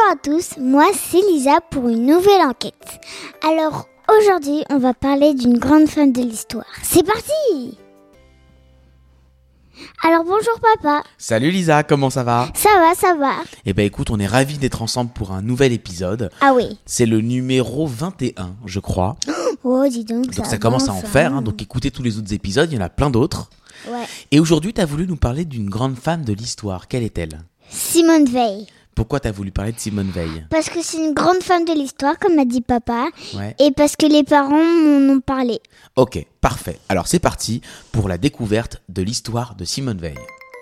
à tous, moi c'est Lisa pour une nouvelle enquête. Alors aujourd'hui on va parler d'une grande femme de l'histoire. C'est parti! Alors bonjour papa. Salut Lisa, comment ça va? Ça va. Eh ben écoute, on est ravis d'être ensemble pour un nouvel épisode. Ah oui. C'est le numéro 21, je crois. Oh dis donc. Donc ça commence à en faire, hein. Donc écoutez tous les autres épisodes, il y en a plein d'autres. Ouais. Et aujourd'hui, tu as voulu nous parler d'une grande femme de l'histoire. Quelle est-elle? Simone Veil. Pourquoi tu as voulu parler de Simone Veil? Parce que c'est une grande femme de l'histoire, comme a dit papa. Ouais. Et parce que les parents m'en ont parlé. Ok, parfait. Alors c'est parti pour la découverte de l'histoire de Simone Veil.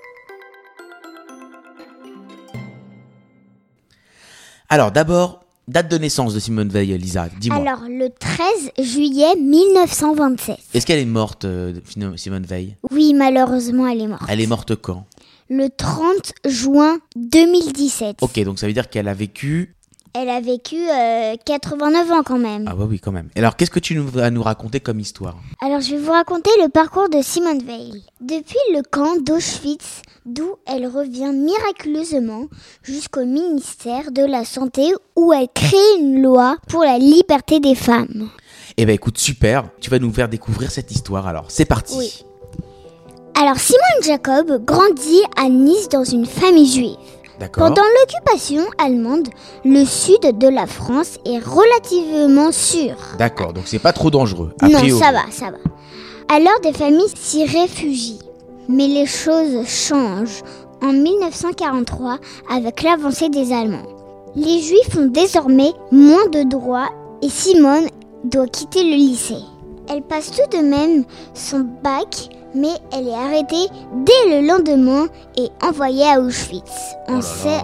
Alors d'abord, date de naissance de Simone Veil, Lisa, dis-moi. Alors le 13 juillet 1927. Est-ce qu'elle est morte, Simone Veil? Oui, malheureusement elle est morte. Elle est morte quand? Le 30 juin 2017. Ok, donc ça veut dire qu'elle a vécu... Elle a vécu 89 ans quand même. Ah bah oui, quand même. Alors, qu'est-ce que tu vas nous raconter comme histoire? Alors, je vais vous raconter le parcours de Simone Veil. Depuis le camp d'Auschwitz, d'où elle revient miraculeusement jusqu'au ministère de la Santé où elle crée une loi pour la liberté des femmes. Eh ben écoute, super. Tu vas nous faire découvrir cette histoire, alors. C'est parti. Oui. Alors, Simone Jacob grandit à Nice dans une famille juive. D'accord. Pendant l'occupation allemande, le sud de la France est relativement sûr. D'accord, donc c'est pas trop dangereux. A Non, priori. ça va. Alors des familles s'y réfugient. Mais les choses changent en 1943 avec l'avancée des Allemands. Les Juifs ont désormais moins de droits et Simone doit quitter le lycée. Elle passe tout de même son bac, mais elle est arrêtée dès le lendemain et envoyée à Auschwitz en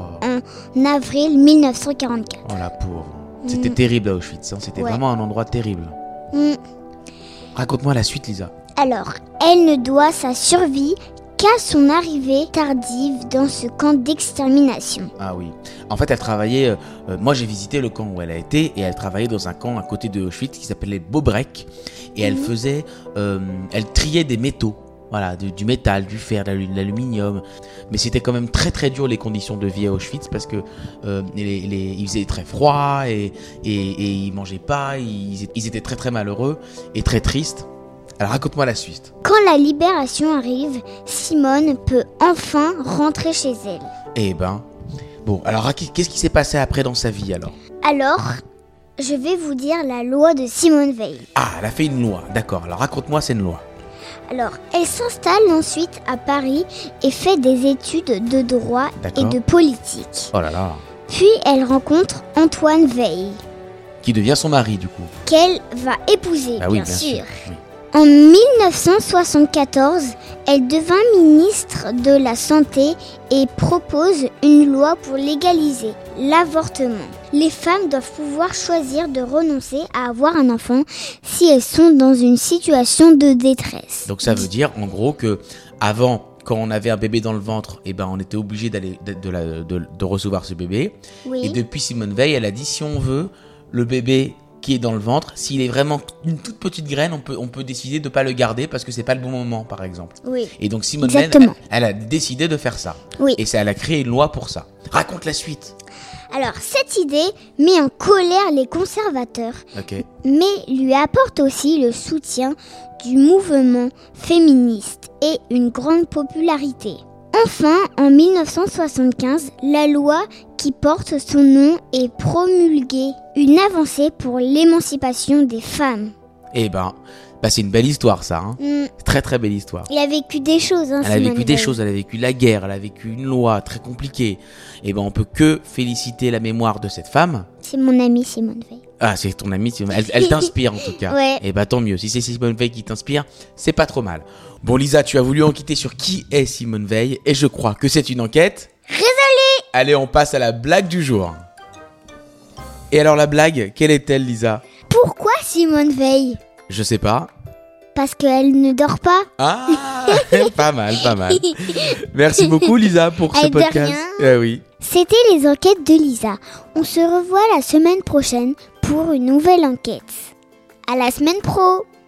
avril 1944. Oh la pauvre. C'était terrible à Auschwitz, hein. C'était vraiment un endroit terrible. Raconte-moi la suite, Lisa. Alors, elle ne doit sa survie qu'à son arrivée tardive dans ce camp d'extermination. Ah oui. En fait, elle travaillait... moi, j'ai visité le camp où elle a été et elle travaillait dans un camp à côté de Auschwitz qui s'appelait Bobrek. Et elle faisait... elle triait des métaux. Voilà, du métal, du fer, de l'aluminium. Mais c'était quand même très très dur les conditions de vie à Auschwitz parce que il faisait très froid et ils mangeaient pas. Ils étaient très très malheureux et très tristes. Alors raconte-moi la suite. Quand la libération arrive, Simone peut enfin rentrer chez elle. Eh ben, bon, alors qu'est-ce qui s'est passé après dans sa vie alors? Alors, je vais vous dire la loi de Simone Veil. Ah, elle a fait une loi, d'accord. Alors raconte-moi cette loi. Alors, elle s'installe ensuite à Paris et fait des études de droit et de politique. Oh là là. Puis elle rencontre Antoine Veil. Qui devient son mari du coup. Qu'elle va épouser, Ah oui, bien sûr. Oui. En 1974, elle devint ministre de la Santé et propose une loi pour légaliser l'avortement. Les femmes doivent pouvoir choisir de renoncer à avoir un enfant si elles sont dans une situation de détresse. Donc ça veut dire en gros que avant, quand on avait un bébé dans le ventre, eh ben on était obligé de recevoir ce bébé. Oui. Et depuis Simone Veil, elle a dit si on veut le bébé qui est dans le ventre, s'il est vraiment une toute petite graine, on peut décider de ne pas le garder parce que c'est pas le bon moment, par exemple. Oui. Et donc Simone Veil, elle a décidé de faire ça. Oui. Et elle a créé une loi pour ça. Raconte la suite. Alors, cette idée met en colère les conservateurs, mais lui apporte aussi le soutien du mouvement féministe et une grande popularité. Enfin, en 1975, la loi qui porte son nom est promulguée, une avancée pour l'émancipation des femmes. Eh ben, c'est une belle histoire ça, hein. Très très belle histoire. Elle a vécu des choses, hein, Elle a vécu des choses, elle a vécu la guerre, elle a vécu une loi très compliquée. Eh ben, on peut que féliciter la mémoire de cette femme. C'est mon amie Simone Veil. Ah, c'est ton amie, elle t'inspire en tout cas. Ouais. Et bah tant mieux, si c'est Simone Veil qui t'inspire, c'est pas trop mal. Bon Lisa, tu as voulu enquêter sur qui est Simone Veil et je crois que c'est une enquête résolue. Allez, on passe à la blague du jour. Et alors la blague, quelle est-elle Lisa? Pourquoi Simone Veil? Je sais pas. Parce qu'elle ne dort pas. Ah, pas mal. Merci beaucoup Lisa pour ce podcast. Oui. C'était les enquêtes de Lisa. On se revoit la semaine prochaine pour une nouvelle enquête. À la semaine pro.